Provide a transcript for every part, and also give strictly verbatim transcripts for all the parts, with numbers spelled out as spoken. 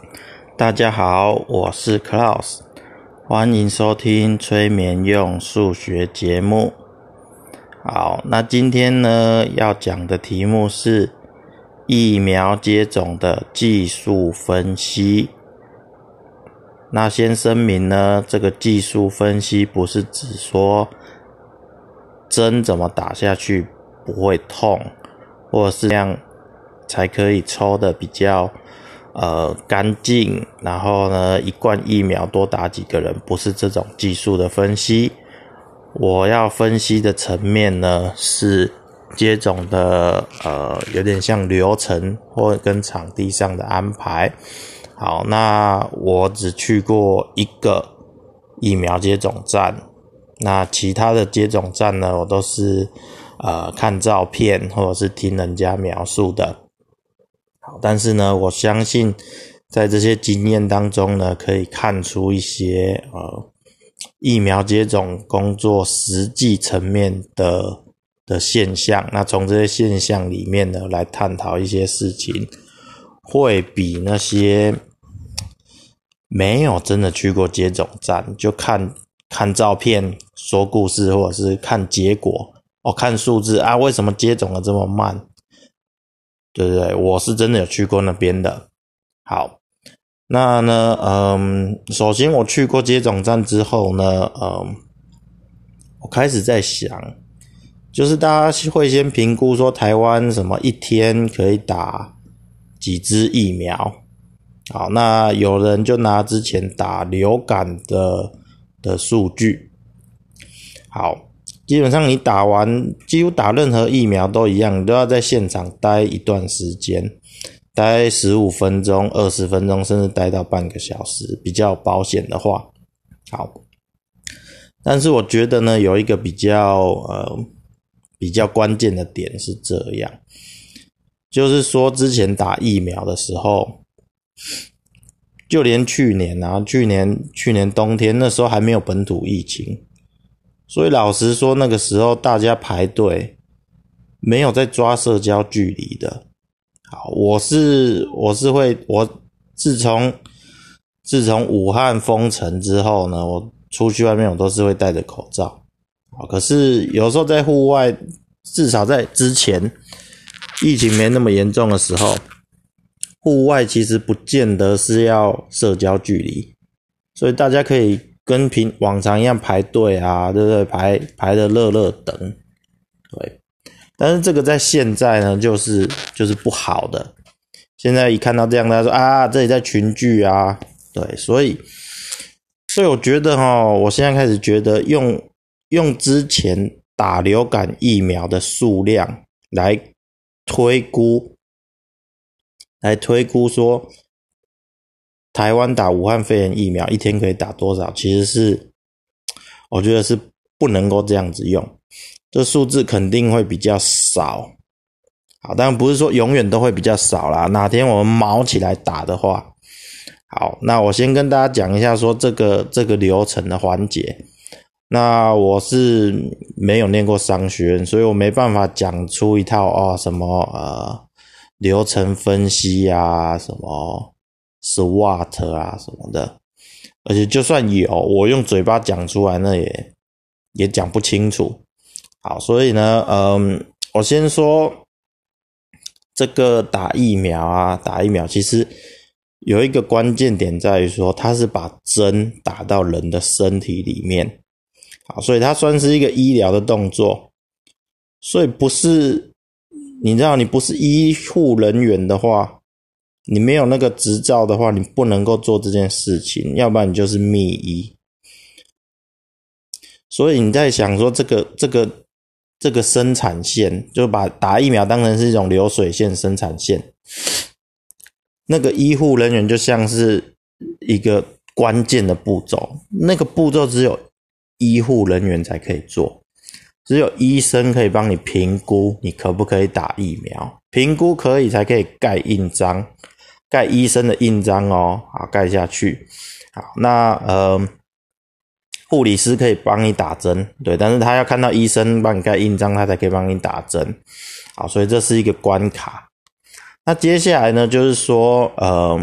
大家好，我是 Klaus， 欢迎收听催眠用数学节目。好，那今天呢要讲的题目是疫苗接种的技术分析。那先声明呢，这个技术分析不是指说针怎么打下去不会痛，或者是这样才可以抽的比较呃干净，然后呢一罐疫苗多打几个人，不是这种技术的分析。我要分析的层面呢是接种的呃有点像流程或跟场地上的安排。好，那我只去过一个疫苗接种站，那其他的接种站呢我都是呃看照片或者是听人家描述的。好，但是呢我相信在这些经验当中呢可以看出一些呃疫苗接种工作实际层面的的现象。那从这些现象里面呢来探讨一些事情，会比那些没有真的去过接种站就看看照片说故事，或者是看结果哦看数字啊为什么接种的这么慢，对不对？我是真的有去过那边的。好，那呢嗯，首先我去过接种站之后呢嗯，我开始在想，就是大家会先评估说台湾什么一天可以打几支疫苗。好，那有人就拿之前打流感的的数据。好，基本上你打完几乎打任何疫苗都一样，你都要在现场待一段时间，待十五分钟、二十分钟，甚至待到半个小时，比较保险的话。好，但是我觉得呢有一个比较呃比较关键的点是这样，就是说之前打疫苗的时候，就连去年啊去年去年冬天那时候还没有本土疫情，所以老实说那个时候大家排队没有在抓社交距离的。好，我是我是会我自从自从武汉封城之后呢，我出去外面我都是会戴着口罩。好，可是有时候在户外，至少在之前疫情没那么严重的时候，户外其实不见得是要社交距离，所以大家可以跟平往常一样排队啊，对不对？排排的热热等，对。但是这个在现在呢，就是就是不好的。现在一看到这样，大家说啊，这里在群聚啊，对，所以所以我觉得齁，我现在开始觉得用用之前打流感疫苗的数量来推估。来推估说台湾打武汉肺炎疫苗一天可以打多少，其实是我觉得是不能够这样子用，这数字肯定会比较少。好，当然不是说永远都会比较少啦，哪天我们毛起来打的话。好，那我先跟大家讲一下说这个这个流程的环节。那我是没有念过商学院，所以我没办法讲出一套哦什么呃流程分析啊，什么 SWOT 啊什么的，而且就算有，我用嘴巴讲出来那也也讲不清楚。好，所以呢嗯，我先说这个打疫苗啊，打疫苗其实有一个关键点在于说它是把针打到人的身体里面。好，所以它算是一个医疗的动作，所以不是你知道你不是医护人员的话，你没有那个执照的话，你不能够做这件事情，要不然你就是密医。所以你在想说这个这个这个生产线，就把打疫苗当成是一种流水线生产线，那个医护人员就像是一个关键的步骤，那个步骤只有医护人员才可以做，只有医生可以帮你评估你可不可以打疫苗，评估可以才可以盖印章，盖医生的印章哦，好，盖下去。好，那呃，护理师可以帮你打针，对，但是他要看到医生帮你盖印章，他才可以帮你打针。好，所以这是一个关卡。那接下来呢，就是说，呃，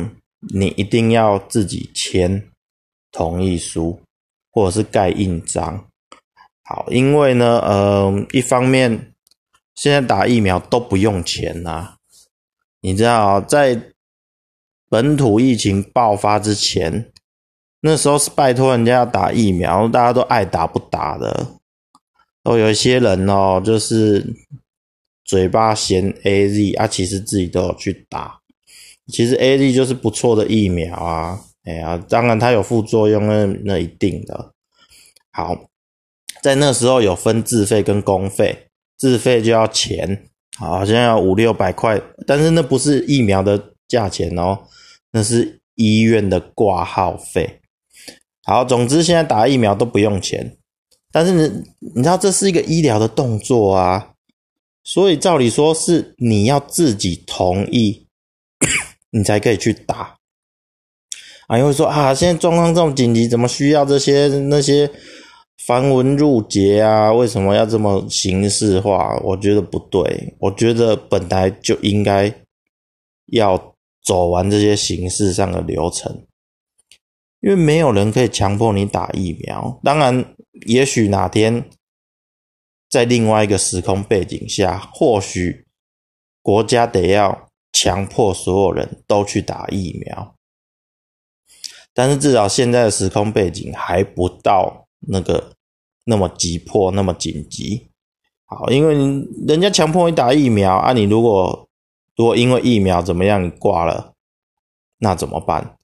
你一定要自己签同意书，或者是盖印章。好，因为呢，呃，一方面现在打疫苗都不用钱啊，你知道，在本土疫情爆发之前，那时候是拜托人家要打疫苗，大家都爱打不打的。都有一些人哦，就是嘴巴嫌 A Z 啊，其实自己都有去打。其实 A Z 就是不错的疫苗啊，哎呀，当然它有副作用，那那一定的。好，在那时候有分自费跟公费，自费就要钱，好像要五六百块，但是那不是疫苗的价钱哦，那是医院的挂号费。好，总之现在打疫苗都不用钱，但是你你知道这是一个医疗的动作啊，所以照理说是你要自己同意，你才可以去打。啊，因为说啊，现在状况这么紧急，怎么需要这些那些繁文缛节啊？为什么要这么形式化？我觉得不对，我觉得本来就应该要走完这些形式上的流程。因为没有人可以强迫你打疫苗，当然也许哪天在另外一个时空背景下，或许国家得要强迫所有人都去打疫苗，但是至少现在的时空背景还不到那个那么急迫那么紧急。好，因为人家强迫你打疫苗啊，你如果如果因为疫苗怎么样你挂了，那怎么办？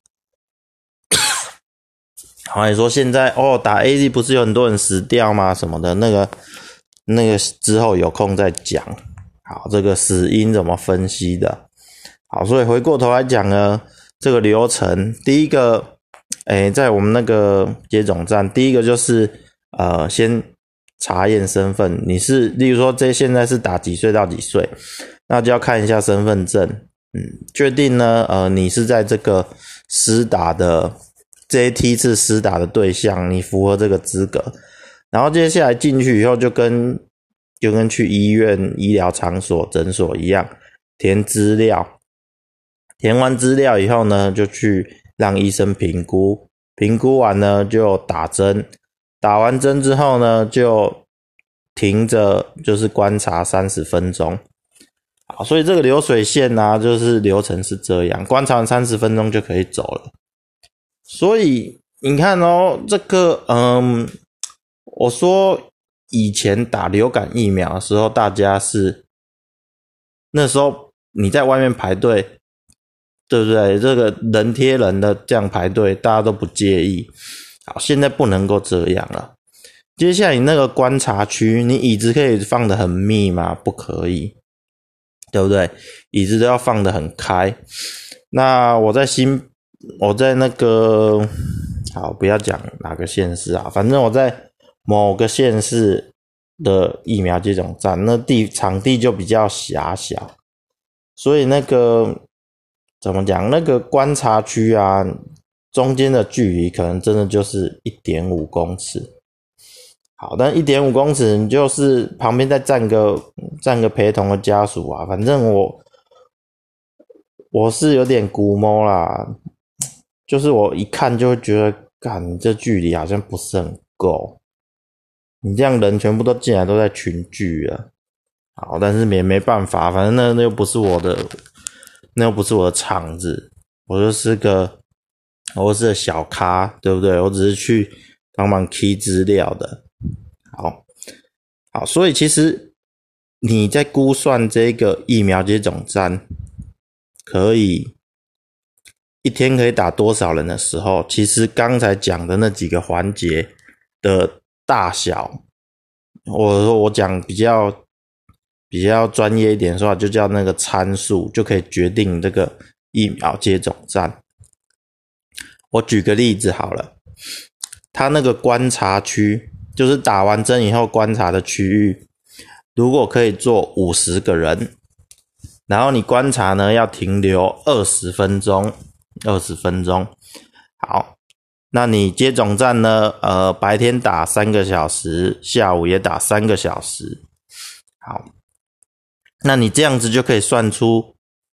好，你说现在哦，打 A Z 不是有很多人死掉吗？什么的，那个那个之后有空再讲。好，这个死因怎么分析的？好，所以回过头来讲呢，这个流程，第一个，诶，在我们那个接种站，第一个就是呃，先查验身份，你是，例如说这现在是打几岁到几岁，那就要看一下身份证，嗯，确定呢，呃，你是在这个施打的。这一梯次施打的对象，你符合这个资格，然后接下来进去以后就跟就跟去医院、医疗场所、诊所一样，填资料，填完资料以后呢，就去让医生评估，评估完呢就打针，打完针之后呢就停着，就是观察三十分钟。好，所以这个流水线啊，就是流程是这样，观察完三十分钟就可以走了。所以你看哦，这个嗯，我说以前打流感疫苗的时候，大家是那时候你在外面排队，对不对？这个人贴人的这样排队，大家都不介意。好，现在不能够这样了。接下来你那个观察区，你椅子可以放得很密吗？不可以，对不对？椅子都要放得很开。那我在新我在那个，好，不要讲哪个县市啊，反正我在某个县市的疫苗接种站，那地场地就比较狭小，所以那个怎么讲，那个观察区啊，中间的距离可能真的就是 一点五公尺。好，但 一点五公尺你就是旁边再站个站个陪同的家属啊，反正我我是有点估摸啦。就是我一看就会觉得，干，你这距离好像不是很够。你这样人全部都进来都在群聚了，好，但是也没办法，反正那那又不是我的，那又不是我的场子，我就是个，我是个小咖，对不对？我只是去帮忙 key 资料的。好，好，所以其实你在估算这个疫苗接种站可以。一天可以打多少人的时候，其实刚才讲的那几个环节的大小，我说我讲比较比较专业一点的说法，就叫那个参数，就可以决定这个疫苗接种站。我举个例子好了，它那个观察区，就是打完针以后观察的区域，如果可以坐五十个人，然后你观察呢要停留二十分钟。二十分钟，好，那你接种站呢？呃，白天打三个小时，下午也打三个小时，好，那你这样子就可以算出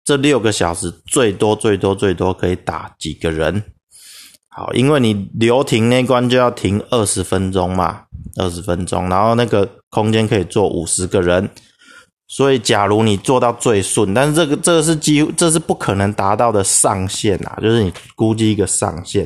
这六个小时最多最多最多可以打几个人？好，因为你留停那关就要停二十分钟嘛，二十分钟，然后那个空间可以坐五十个人，所以假如你做到最顺，但是这个这个是几乎这是不可能达到的上限啊，就是你估计一个上限。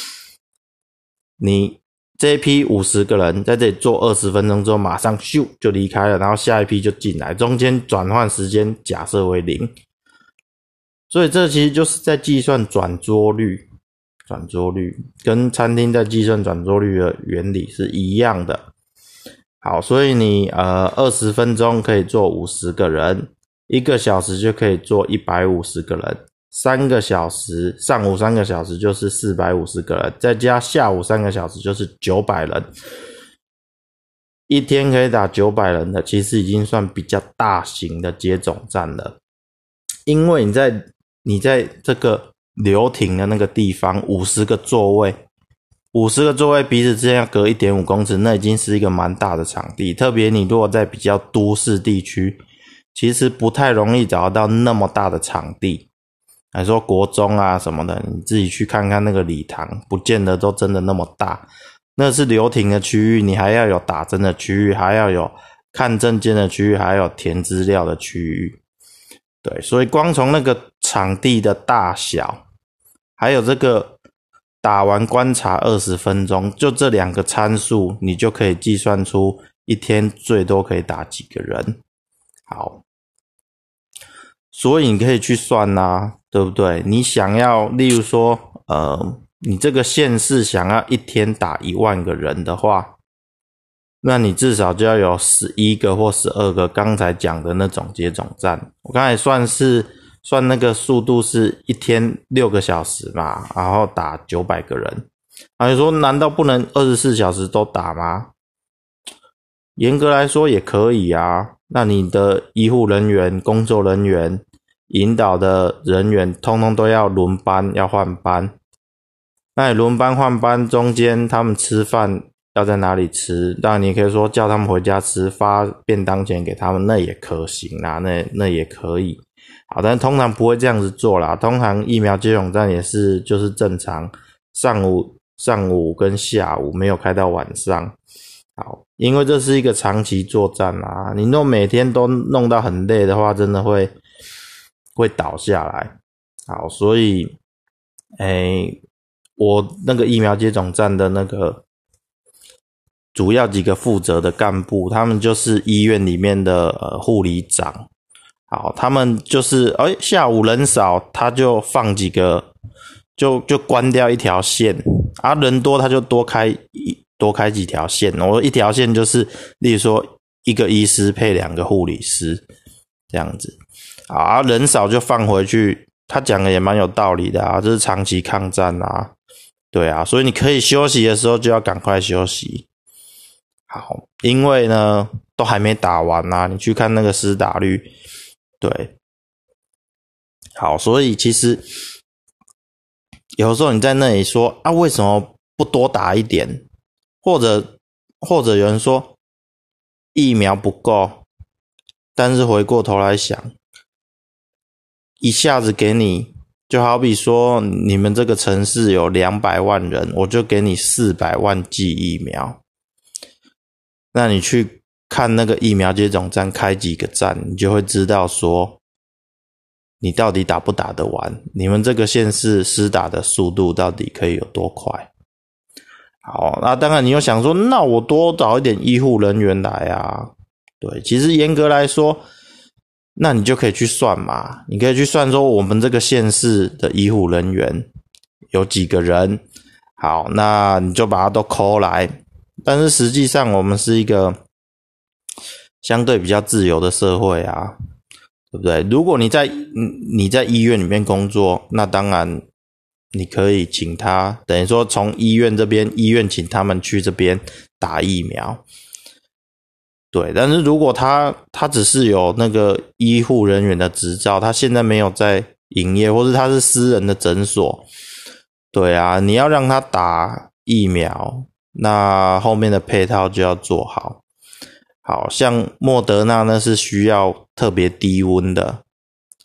你这一批五十个人在这里做二十分钟之后，马上咻就离开了，然后下一批就进来，中间转换时间假设为零，所以这其实就是在计算转桌率。转桌率跟餐厅在计算转桌率的原理是一样的。好，所以你呃二十分钟可以坐五十个人，一个小时就可以坐一百五十个人，三个小时上午三个小时就是四百五十个人，再加下午三个小时就是九百人。一天可以打九百人的，其实已经算比较大型的接种站了。因为你在你在这个留停的那个地方五十个座位，五十个座位彼此之间要隔 一点五公尺，那已经是一个蛮大的场地。特别你如果在比较都市地区，其实不太容易找到那么大的场地。来说国中啊什么的，你自己去看看那个礼堂，不见得都真的那么大。那是留停的区域，你还要有打针的区域，还要有看证件的区域，还有填资料的区域。对，所以光从那个场地的大小，还有这个打完观察二十分钟，就这两个参数，你就可以计算出一天最多可以打几个人。好，所以你可以去算啊，对不对？你想要，例如说，呃，你这个县市想要一天打一万个人的话，那你至少就要有十一个或十二个刚才讲的那种接种站。我刚才算是算那个速度是一天六个小时嘛，然后打九百个人。然后你说难道不能二十四小时都打吗？严格来说也可以啊。那你的医护人员、工作人员、引导的人员通通都要轮班，要换班。那你轮班换班中间他们吃饭要在哪里吃？当然你可以说叫他们回家吃，发便当钱给他们，那也可行啦，那那也可以。好，但通常不会这样子做啦。通常疫苗接种站也是就是正常上午上午跟下午，没有开到晚上。好，因为这是一个长期作战啦，你若每天都弄到很累的话，真的会会倒下来。好，所以诶我那个疫苗接种站的那个主要几个负责的干部，他们就是医院里面的呃护理长。好，他们就是诶下午人少，他就放几个，就就关掉一条线啊，人多他就多开一多开几条线。我一条线就是例如说一个医师配两个护理师这样子。好啊，人少就放回去，他讲的也蛮有道理的啊，这是长期抗战啊。对啊，所以你可以休息的时候就要赶快休息。好，因为呢都还没打完啊，你去看那个施打率。对，好，所以其实有时候你在那里说啊，为什么不多打一点？或者或者有人说疫苗不够，但是回过头来想，一下子给你，就好比说你们这个城市有两百万人，我就给你四百万剂疫苗。那你去看那个疫苗接种站开几个站，你就会知道说你到底打不打得完，你们这个县市施打的速度到底可以有多快。好，那当然你又想说，那我多找一点医护人员来啊。对，其实严格来说，那你就可以去算嘛，你可以去算说我们这个县市的医护人员有几个人。好，那你就把它都扣来。但是实际上我们是一个相对比较自由的社会啊，对不对？如果你在你在医院里面工作，那当然你可以请他，等于说从医院这边医院请他们去这边打疫苗。对，但是如果他他只是有那个医护人员的执照，他现在没有在营业，或是他是私人的诊所，对啊，你要让他打疫苗，那后面的配套就要做好。好像莫德纳呢是需要特别低温的，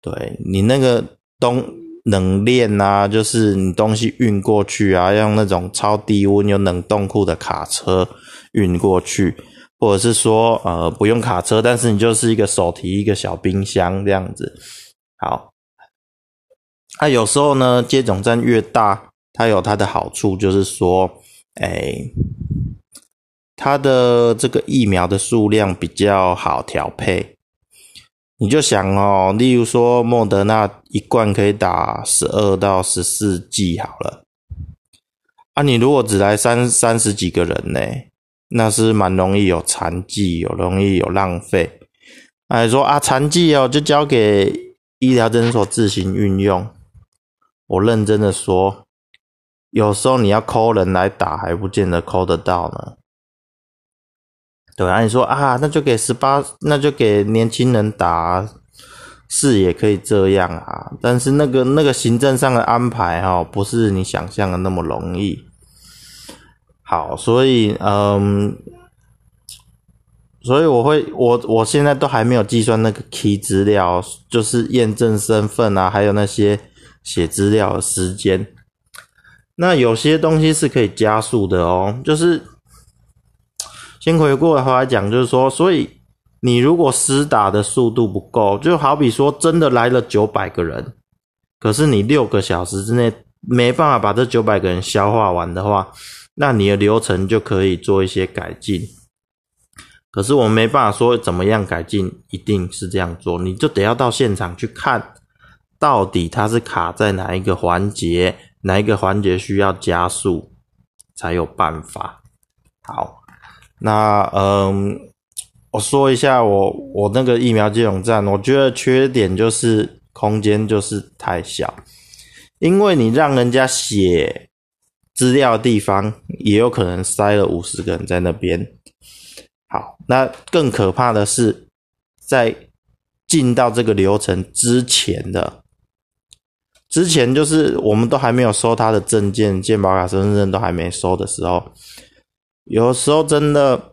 对，你那个东冷链啊，就是你东西运过去啊，要用那种超低温有冷冻库的卡车运过去，或者是说呃不用卡车，但是你就是一个手提一个小冰箱这样子。好，那、啊、有时候呢，接种站越大，它有它的好处，就是说，诶，它的这个疫苗的数量比较好调配。你就想哦，例如说莫德纳一罐可以打十二到十四剂好了，啊，你如果只来三三十几个人呢，那是蛮容易有残剂，有容易有浪费。哎，说啊，残剂哦，就交给医疗诊所自行运用。我认真的说，有时候你要 call 人来打，还不见得 call 得到呢。对啊，你说啊，那就给十八，那就给年轻人打，是也可以这样啊。但是那个那个行政上的安排哈，不是你想象的那么容易。好，所以嗯，所以我会我我现在都还没有计算那个 key 资料，就是验证身份啊，还有那些写资料的时间。那有些东西是可以加速的哦，就是。先回过头来讲，就是说，所以你如果施打的速度不够，就好比说真的来了九百个人，可是你六个小时之内没办法把这九百个人消化完的话，那你的流程就可以做一些改进。可是我们没办法说怎么样改进，一定是这样做，你就得要到现场去看，到底它是卡在哪一个环节，哪一个环节需要加速，才有办法。好。那嗯，我说一下我我那个疫苗接种站，我觉得缺点就是空间就是太小，因为你让人家写资料的地方也有可能塞了五十个人在那边。好，那更可怕的是在进到这个流程之前的，之前就是我们都还没有收他的证件、健保卡、身份证都还没收的时候。有时候真的，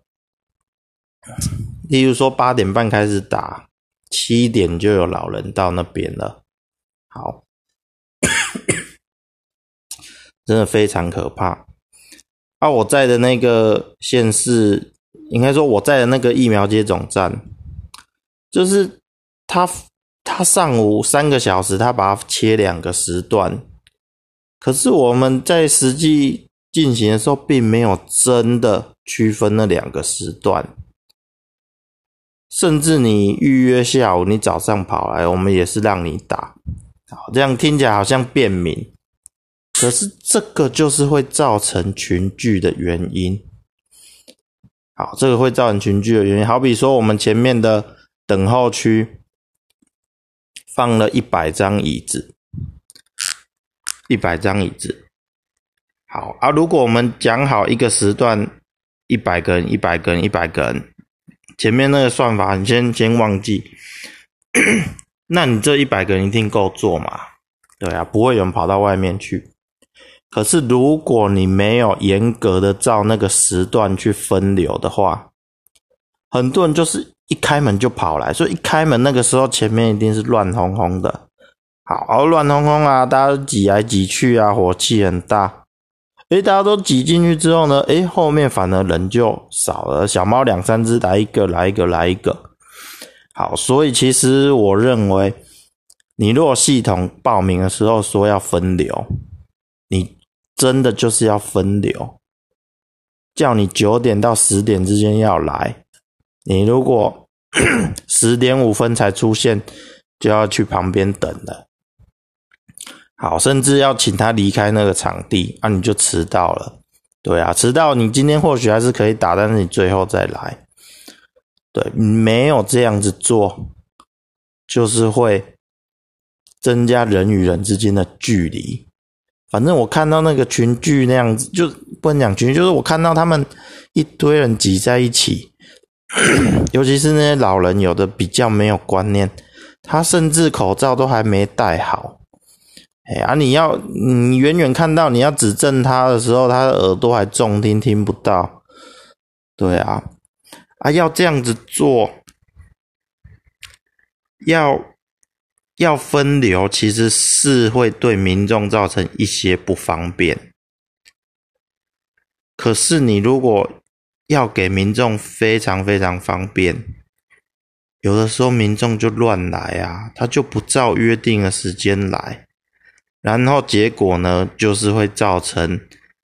例如说八点半开始打，七点就有老人到那边了。好，真的非常可怕。啊，我在的那个县市，应该说我在的那个疫苗接种站，就是他他上午三个小时，他把它切两个时段，可是我们在实际进行的时候，并没有真的区分那两个时段，甚至你预约下午，你早上跑来，我们也是让你打。好，这样听起来好像便民，可是这个就是会造成群聚的原因。好，这个会造成群聚的原因，好比说我们前面的等候区放了一百张椅子，一百张椅子。好啊，如果我们讲好一个时段一百个人一百个人一百个人，前面那个算法你先先忘记，那你这一百个人一定够做嘛？对啊，不会有人跑到外面去。可是如果你没有严格的照那个时段去分流的话，很多人就是一开门就跑来，所以一开门那个时候前面一定是乱哄哄的。好，乱哄哄啊，大家都挤来挤去啊，火气很大。诶，大家都挤进去之后呢，诶，后面反而人就少了，小猫两三只，来一个来一个来一个。好，所以其实我认为，你如果系统报名的时候说要分流，你真的就是要分流，叫你九点到十点之间要来，你如果十点五分才出现，就要去旁边等了。好，甚至要请他离开那个场地，啊，你就迟到了。对啊，迟到你今天或许还是可以打，但是你最后再来。对，没有这样子做，就是会增加人与人之间的距离。反正我看到那个群聚那样子，就不能讲群聚，就是我看到他们一堆人挤在一起，尤其是那些老人，有的比较没有观念，他甚至口罩都还没戴好。哎啊，你要你远远看到，你要指正他的时候，他的耳朵还重听，听不到。对啊，啊要这样子做，要要分流，其实是会对民众造成一些不方便。可是你如果要给民众非常非常方便，有的时候民众就乱来啊，他就不照约定的时间来，然后结果呢，就是会造成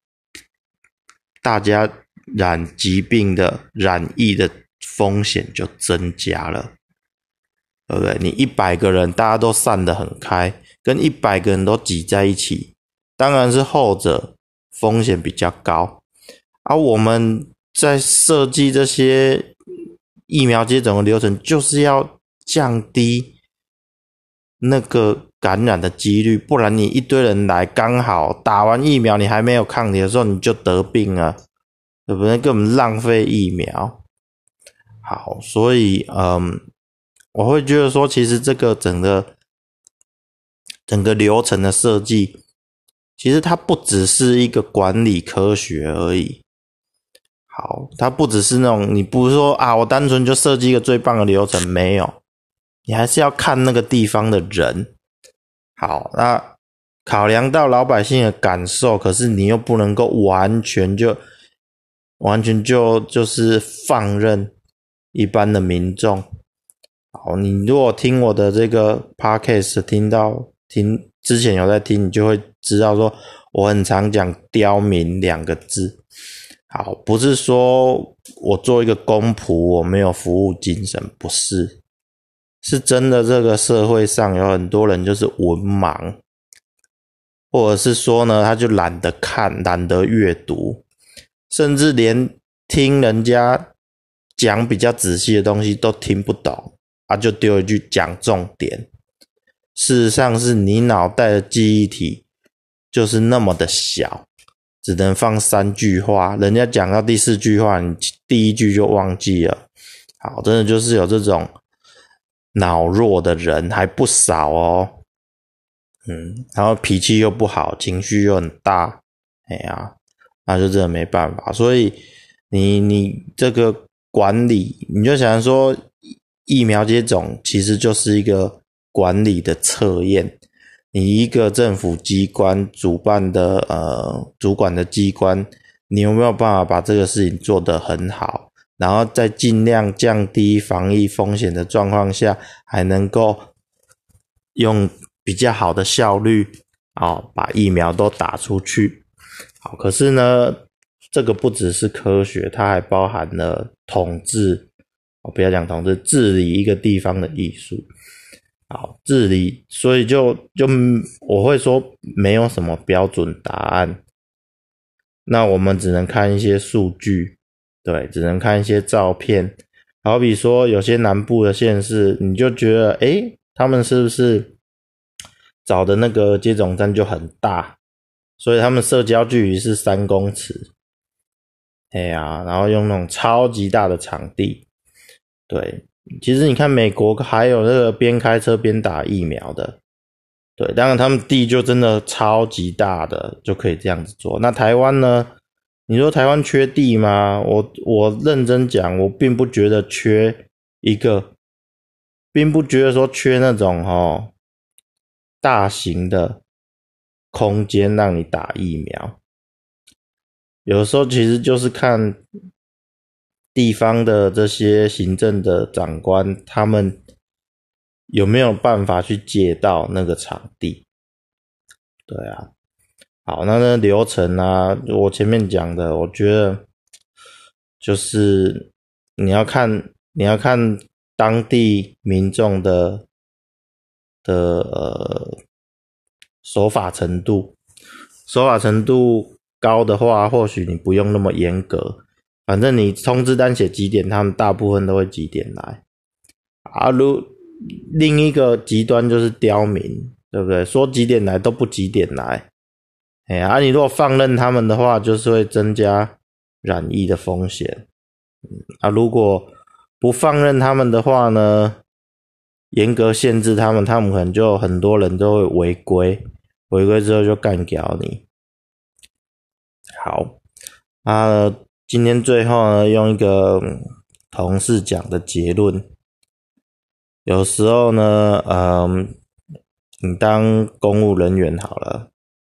大家染疾病的染疫的风险就增加了，对不对？你一百个人大家都散得很开，跟一百个人都挤在一起，当然是后者风险比较高。而、啊、我们在设计这些疫苗接种的流程，就是要降低那个感染的几率，不然你一堆人来，刚好打完疫苗你还没有抗体的时候你就得病了，对不对？根本浪费疫苗。好，所以嗯，我会觉得说，其实这个整个整个流程的设计，其实它不只是一个管理科学而已。好，它不只是那种，你不是说啊，我单纯就设计一个最棒的流程，没有，你还是要看那个地方的人。好，那考量到老百姓的感受，可是你又不能够完全就完全就就是放任一般的民众。好，你如果听我的这个 podcast 听到听之前有在听，你就会知道说我很常讲刁民两个字。好，不是说我做一个公仆我没有服务精神，不是，是真的这个社会上有很多人就是文盲，或者是说呢他就懒得看，懒得阅读，甚至连听人家讲比较仔细的东西都听不懂啊，就丢一句讲重点。事实上是你脑袋的记忆体就是那么的小，只能放三句话，人家讲到第四句话，你第一句就忘记了。好，真的就是有这种脑弱的人还不少哦。嗯，然后脾气又不好，情绪又很大，哎呀，那就真的没办法。所以你你这个管理，你就想说疫苗接种其实就是一个管理的测验。你一个政府机关主办的呃主管的机关，你有没有办法把这个事情做得很好，然后在尽量降低防疫风险的状况下，还能够用比较好的效率哦，把疫苗都打出去。好，可是呢这个不只是科学，它还包含了统治，哦，不要讲统治，治理一个地方的艺术。好，治理，所以就就我会说没有什么标准答案，那我们只能看一些数据，对，只能看一些照片。好比说有些南部的县市，你就觉得诶他们是不是找的那个接种站就很大，所以他们社交距离是三公尺，哎呀，然后用那种超级大的场地，对。其实你看美国还有那个边开车边打疫苗的，对，当然他们地就真的超级大的，就可以这样子做。那台湾呢？你说台湾缺地吗？我我认真讲，我并不觉得缺一个，并不觉得说缺那种齁大型的空间让你打疫苗。有的时候其实就是看地方的这些行政的长官，他们有没有办法去借到那个场地？对啊，好，那那流程啊，我前面讲的，我觉得就是你要看，你要看当地民众的的呃守法程度，守法程度高的话，或许你不用那么严格。反正你通知单写几点，他们大部分都会几点来啊。如另一个极端就是刁民，对不对？说几点来都不几点来，哎呀，啊、你如果放任他们的话，就是会增加染疫的风险。嗯、啊，如果不放任他们的话呢，严格限制他们，他们可能就很多人都会违规，违规之后就干掉你。好，啊。今天最后呢，用一个同事讲的结论，有时候呢，嗯， 你当公务人员好了，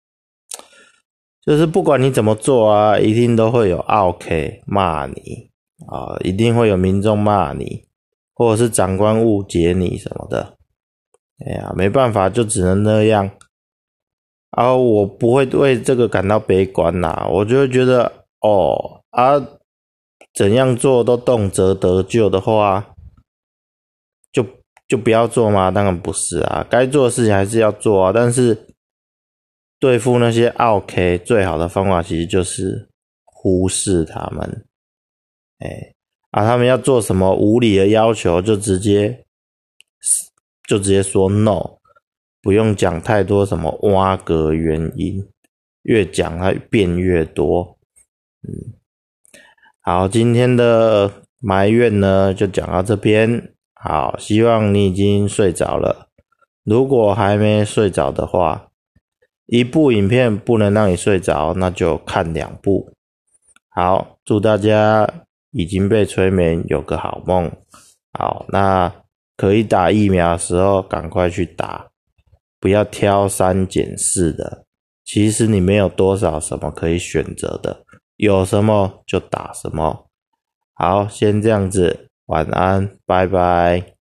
就是不管你怎么做啊，一定都会有 OK 骂你啊，一定会有民众骂你，或者是长官误解你什么的。哎呀，没办法，就只能那样。啊，我不会为这个感到悲观啦，我就会觉得，哦啊，怎样做都动辄得咎的话，就就不要做吗？当然不是啊，该做的事情还是要做啊。但是对付那些 OK 最好的方法，其实就是忽视他们。哎，啊，他们要做什么无理的要求，就直接就直接说 no。不用讲太多什么挖格原因，越讲它变越多。嗯，好，今天的埋怨呢就讲到这边。好，希望你已经睡着了。如果还没睡着的话，一部影片不能让你睡着，那就看两部。好，祝大家已经被催眠有个好梦。好，那可以打疫苗的时候赶快去打。不要挑三拣四的，其实你没有多少什么可以选择的，有什么就打什么。好，先这样子，晚安，拜拜。